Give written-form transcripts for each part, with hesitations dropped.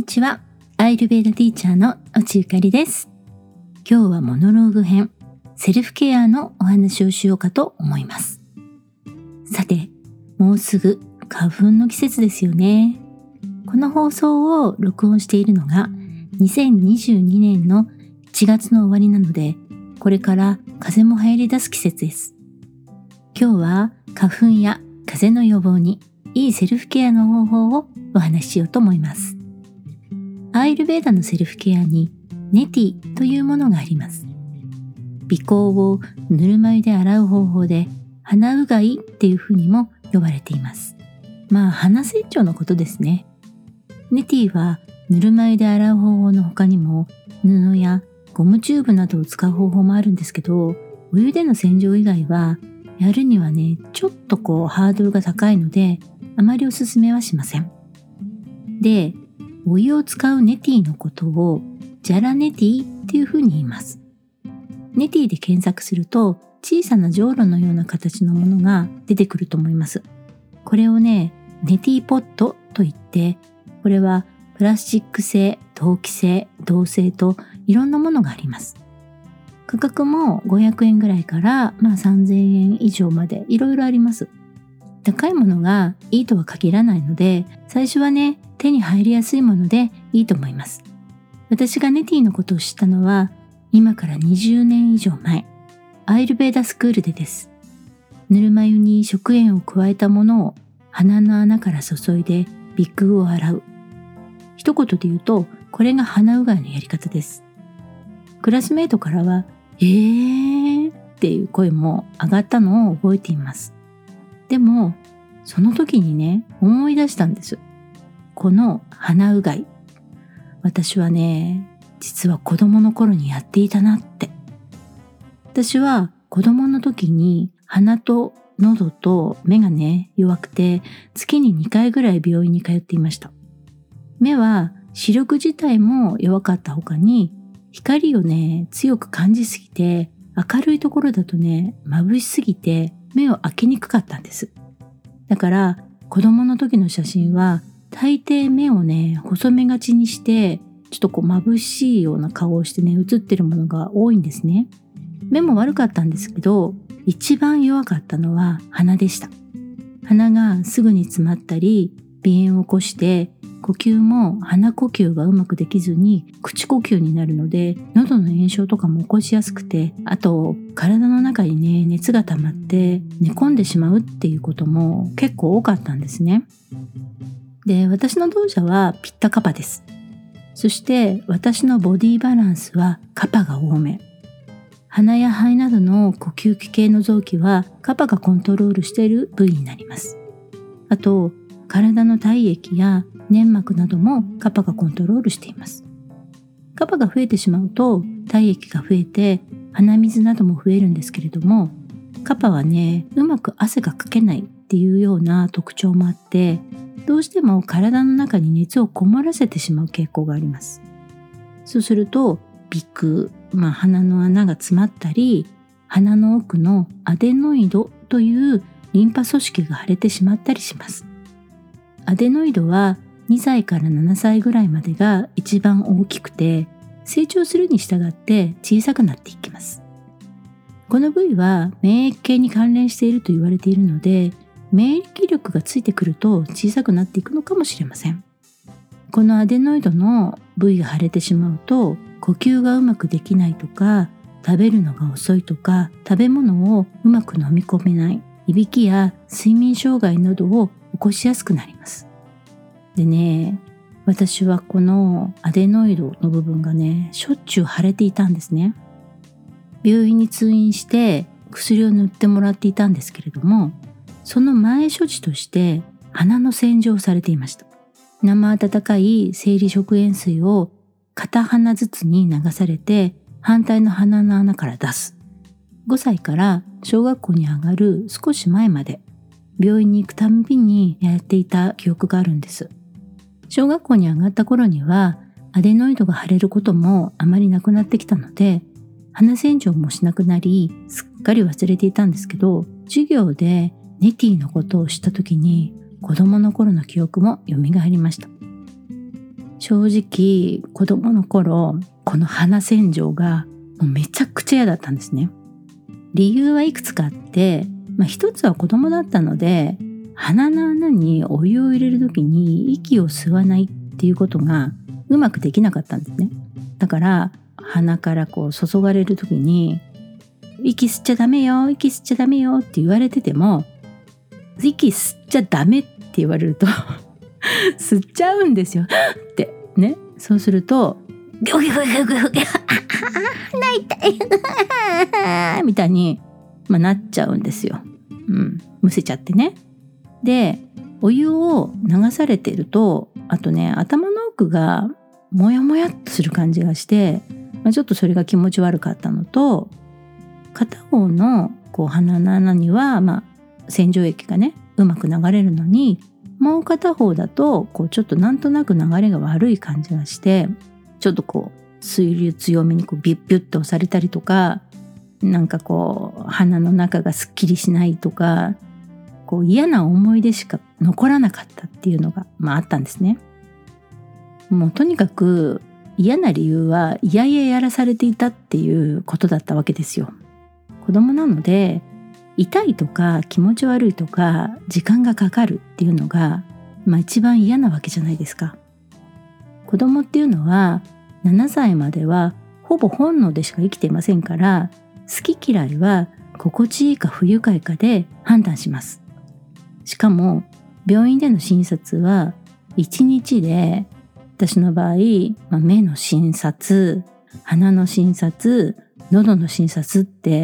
ちは。アイルベーダティーチャーの内ゆかりです。今日はモノローグ編、セルフケアのお話をしようかと思います。さて、もうすぐ花粉の季節ですよね。この放送を録音しているのが2022年の1月の終わりなので、これから風邪も流行り出す季節です。今日は花粉や風邪の予防にいいセルフケアの方法をお話ししようと思います。アーユルヴェーダのセルフケアにネティというものがあります。鼻孔をぬるま湯で洗う方法で鼻うがいっていうふうにも呼ばれています。鼻洗浄のことですね。ネティはぬるま湯で洗う方法の他にも布やゴムチューブなどを使う方法もあるんですけど、お湯での洗浄以外はやるにはね、ちょっとハードルが高いのであまりおすすめはしません。で、お湯を使うネティのことをジャラネティっていうふうに言います。ネティで検索すると小さなじょうろのような形のものが出てくると思います。これをね、ネティポットと言って、これはプラスチック製、陶器製、銅製といろんなものがあります。価格も500円ぐらいから3000円以上までいろいろあります。高いものがいいとは限らないので、最初はね、手に入りやすいものでいいと思います。私がネティのことを知ったのは今から20年以上前、アーユルヴェーダスクールでです。ぬるま湯に食塩を加えたものを鼻の穴から注いで鼻腔を洗う。一言で言うと、これが鼻うがいのやり方です。クラスメートからはっていう声も上がったのを覚えています。でもその時にね、思い出したんです。この鼻うがい、私はね、実は子供の頃にやっていたなって。私は子供の時に鼻と喉と目がね、弱くて月に2回ぐらい病院に通っていました。目は視力自体も弱かった他に、光をね、強く感じすぎて、明るいところだとね、眩しすぎて目を開けにくかったんです。だから子供の時の写真は大抵目をね、細めがちにしてちょっと眩しいような顔をしてね、写ってるものが多いんですね。目も悪かったんですけど、一番弱かったのは鼻でした。鼻がすぐに詰まったり鼻炎を起こして、呼吸も鼻呼吸がうまくできずに口呼吸になるので、喉の炎症とかも起こしやすくて、あと体の中にね、熱が溜まって寝込んでしまうっていうことも結構多かったんですね。で、私の同社はピッタカパです。そして私のボディバランスはカパが多め。鼻や肺などの呼吸器系の臓器はカパがコントロールしている部位になります。あと体の体液や粘膜などもカパがコントロールしています。カパが増えてしまうと体液が増えて鼻水なども増えるんですけれども、カパはね、うまく汗がかけないっていうような特徴もあって、どうしても体の中に熱をこもらせてしまう傾向があります。そうすると鼻腔、鼻の穴が詰まったり、鼻の奥のアデノイドというリンパ組織が腫れてしまったりします。アデノイドは2歳から7歳ぐらいまでが一番大きくて、成長するに従って小さくなっていきます。この部位は免疫系に関連していると言われているので、免疫力がついてくると小さくなっていくのかもしれません。このアデノイドの部位が腫れてしまうと、呼吸がうまくできないとか、食べるのが遅いとか、食べ物をうまく飲み込めない、いびきや睡眠障害などを起こしやすくなります。でね、私はこのアデノイドの部分がね、しょっちゅう腫れていたんですね。病院に通院して薬を塗ってもらっていたんですけれども、その前処置として鼻の洗浄をされていました。生温かい生理食塩水を片鼻ずつに流されて、反対の鼻の穴から出す。5歳から小学校に上がる少し前まで病院に行くたんびにやっていた記憶があるんです。小学校に上がった頃にはアデノイドが腫れることもあまりなくなってきたので、鼻洗浄もしなくなり、すっかり忘れていたんですけど、授業でネティのことを知った時に子供の頃の記憶も蘇りました。 正直子供の頃この鼻洗浄がもうめちゃくちゃ嫌だったんですね。理由はいくつかあって、一つは子供だったので鼻の穴にお湯を入れる時に息を吸わないっていうことがうまくできなかったんですね。だから鼻から注がれる時に息吸っちゃダメよ、息吸っちゃダメよって言われてても、息吸っちゃダメって言われると吸っちゃうんですよってね。そうするとギョギョギョギョギョ泣いたいみたいに、なっちゃうんですよ。むせちゃってね。で、お湯を流されてると、あとね、頭の奥がもやもやっとする感じがして、ちょっとそれが気持ち悪かったのと、片方の鼻の穴には、洗浄液がねうまく流れるのに、もう片方だとちょっとなんとなく流れが悪い感じがして、ちょっと水流強めにビュッビュッと押されたりとか、なんか鼻の中がすっきりしないとか、嫌な思い出しか残らなかったっていうのが、あったんですね。もうとにかく嫌な理由は嫌々やらされていたっていうことだったわけですよ。子供なので痛いとか気持ち悪いとか時間がかかるっていうのが、一番嫌なわけじゃないですか。子供っていうのは7歳まではほぼ本能でしか生きていませんから、好き嫌いは心地いいか不愉快かで判断します。しかも病院での診察は1日で、私の場合、目の診察、鼻の診察、喉の診察って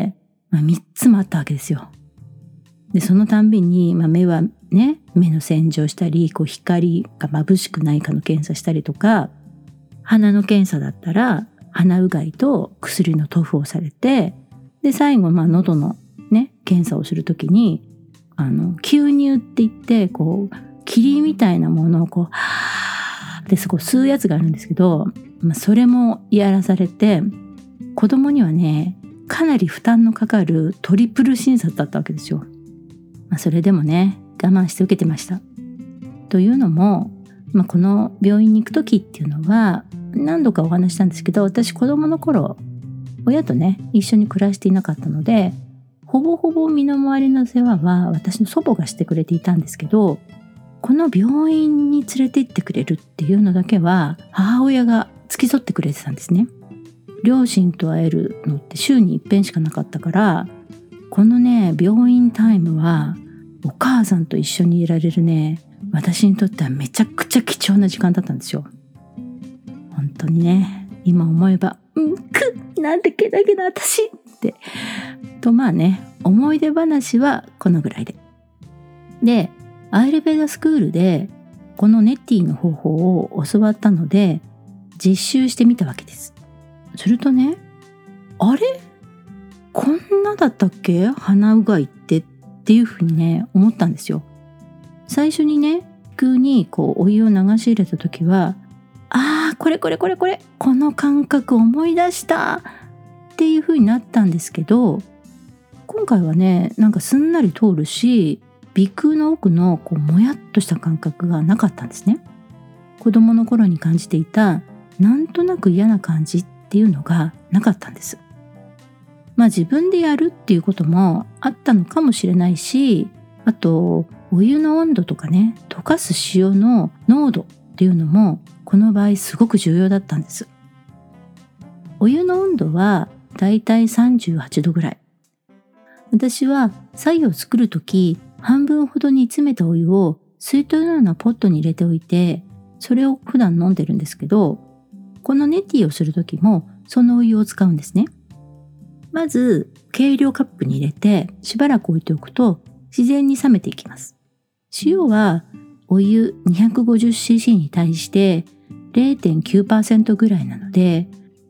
、3つもあったわけですよ。で、そのたんびに、目はね、目の洗浄したり、光が眩しくないかの検査したりとか、鼻の検査だったら鼻うがいと薬の塗布をされて、で最後喉のね検査をするときに吸入って言って霧みたいなものをはーって吸うやつがあるんですけど、それもやらされて、子供にはねかなり負担のかかるトリプル診察だったわけですよ。それでもね我慢して受けてました。というのも、この病院に行く時っていうのは何度かお話したんですけど、私子供の頃親とね一緒に暮らしていなかったので、ほぼほぼ身の回りの世話は私の祖母がしてくれていたんですけど、この病院に連れて行ってくれるっていうのだけは母親が付き添ってくれてたんですね。両親と会えるのって週に一遍しかなかったから、このね病院タイムはお母さんと一緒にいられるね、私にとってはめちゃくちゃ貴重な時間だったんですよ。本当にね今思えばなんでけなげな私ってと、思い出話はこのぐらいで、アイルベーダスクールでこのネッティの方法を教わったので実習してみたわけです。するとね、あれこんなだったっけ鼻うがいっていうふうにね思ったんですよ。最初にね急にお湯を流し入れた時は、これこの感覚思い出したっていう風になったんですけど、今回はねすんなり通るし、鼻腔の奥のもやっとした感覚がなかったんですね。子供の頃に感じていたなんとなく嫌な感じっていうのがなかったんです。自分でやるっていうこともあったのかもしれないし、あとお湯の温度とかね溶かす塩の濃度っていうのもこの場合すごく重要だったんです。お湯の温度はだいたい38度ぐらい。私は白湯を作るとき半分ほどに詰めたお湯を水筒のようなポットに入れておいて、それを普段飲んでるんですけど、このネティをするときもそのお湯を使うんですね。まず計量カップに入れてしばらく置いておくと自然に冷めていきます。塩はお湯 250cc に対して 0.9% ぐらいなので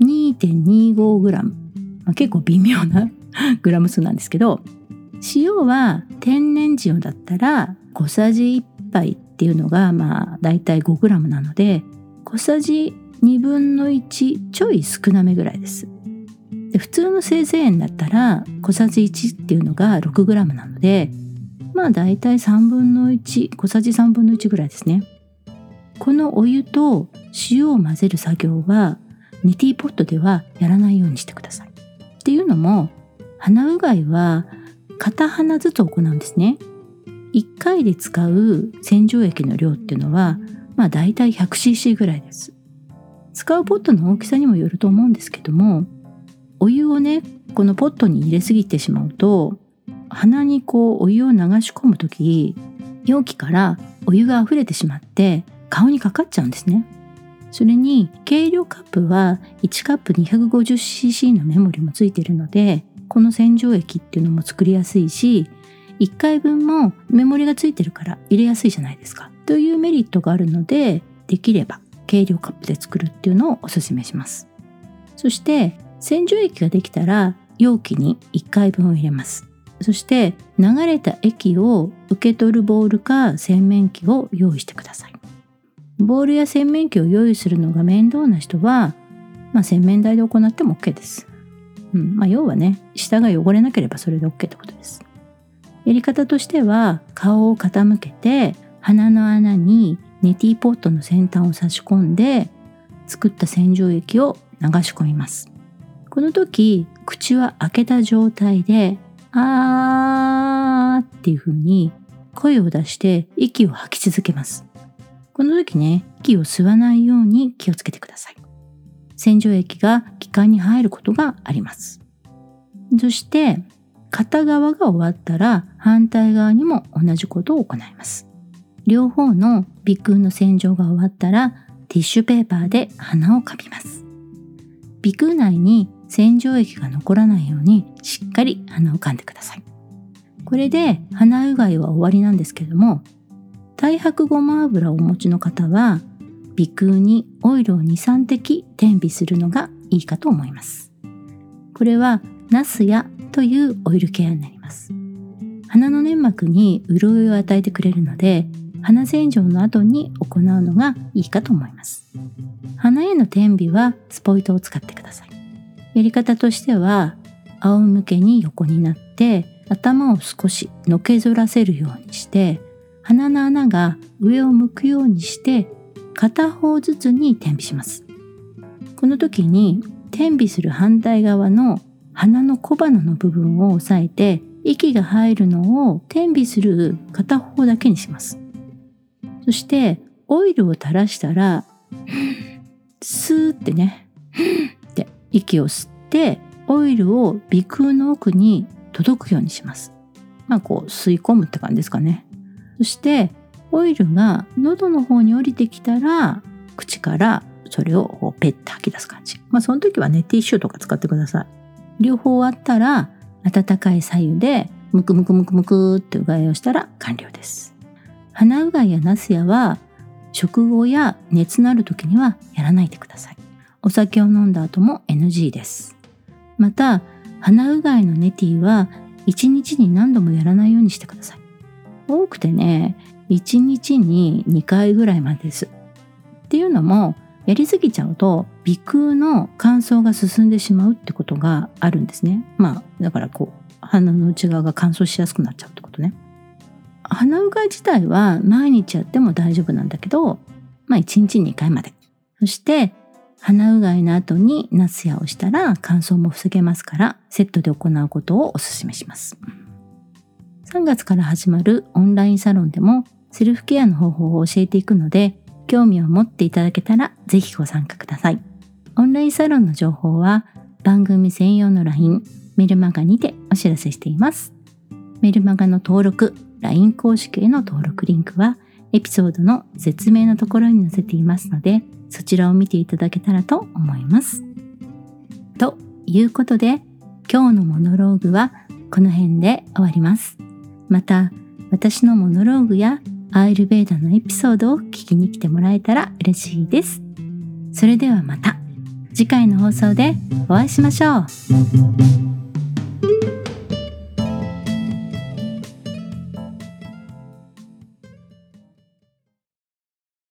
2.25g、結構微妙なグラム数なんですけど、塩は天然塩だったら小さじ1杯っていうのがだいたい 5g なので、小さじ1/2分の1ちょい少なめぐらいです。で普通の生鮮塩だったら小さじ1っていうのが 6g なので、だいたい1/3、小さじ1/3ぐらいですね。 このお湯と塩を混ぜる作業はネティーポットではやらないようにしてください。っていうのも、鼻うがいは片鼻ずつ行うんですね。1回で使う洗浄液の量っていうのはだいたい 100cc ぐらいです。使うポットの大きさにもよると思うんですけども、お湯をねこのポットに入れすぎてしまうと、鼻にお湯を流し込むとき、容器からお湯が溢れてしまって顔にかかっちゃうんですね。それに計量カップは1カップ 250cc のメモリもついているので、この洗浄液っていうのも作りやすいし、1回分もメモリがついてるから入れやすいじゃないですかというメリットがあるので、できれば計量カップで作るっていうのをおすすめします。そして洗浄液ができたら容器に1回分を入れます。そして流れた液を受け取るボウルか洗面器を用意してください。ボウルや洗面器を用意するのが面倒な人は、洗面台で行っても OK です。要はね、下が汚れなければそれで OK ってことです。やり方としては、顔を傾けて鼻の穴にネティーポットの先端を差し込んで作った洗浄液を流し込みます。この時、口は開けた状態であーっていう風に声を出して息を吐き続けます。この時ね、息を吸わないように気をつけてください。洗浄液が気管に入ることがあります。そして片側が終わったら反対側にも同じことを行います。両方の鼻腔の洗浄が終わったらティッシュペーパーで鼻をかみます。鼻腔内に洗浄液が残らないようにしっかり鼻をかんでください。これで鼻うがいは終わりなんですけれども、太白ごま油をお持ちの方は鼻腔にオイルを 2,3 滴点鼻するのがいいかと思います。これはナスヤというオイルケアになります。鼻の粘膜に潤いを与えてくれるので、鼻洗浄の後に行うのがいいかと思います。鼻への点鼻はスポイトを使ってください。やり方としては、仰向けに横になって頭を少しのけぞらせるようにして、鼻の穴が上を向くようにして片方ずつに点鼻します。この時に点鼻する反対側の鼻の小鼻の部分を押さえて、息が入るのを点鼻する片方だけにします。そしてオイルを垂らしたらスーってねって息を吸ってオイルを鼻腔の奥に届くようにします。吸い込むって感じですかね。そしてオイルが喉の方に降りてきたら口からそれをペッと吐き出す感じ。その時はねティッシュとか使ってください。両方終わったら温かい白湯でムクムクムクムクってうがいをしたら完了です。鼻うがいやナスヤは食後や熱のある時にはやらないでください。お酒を飲んだ後も NG です。また鼻うがいのネティは1日に何度もやらないようにしてください。多くてね1日に2回ぐらいまでです。っていうのも、やりすぎちゃうと鼻腔の乾燥が進んでしまうってことがあるんですね。だから鼻の内側が乾燥しやすくなっちゃうってことね。鼻うがい自体は毎日やっても大丈夫なんだけど、1日2回まで。そして鼻うがいの後にナスヤをしたら乾燥も防げますから、セットで行うことをお勧めします。3月から始まるオンラインサロンでもセルフケアの方法を教えていくので、興味を持っていただけたらぜひご参加ください。オンラインサロンの情報は番組専用の LINE、メルマガにてお知らせしています。メルマガの登録、LINE 公式への登録リンクはエピソードの説明のところに載せていますので、そちらを見ていただけたらと思います。ということで、今日のモノローグはこの辺で終わります。また、私のモノローグやアーユルヴェーダのエピソードを聞きに来てもらえたら嬉しいです。それではまた次回の放送でお会いしましょう。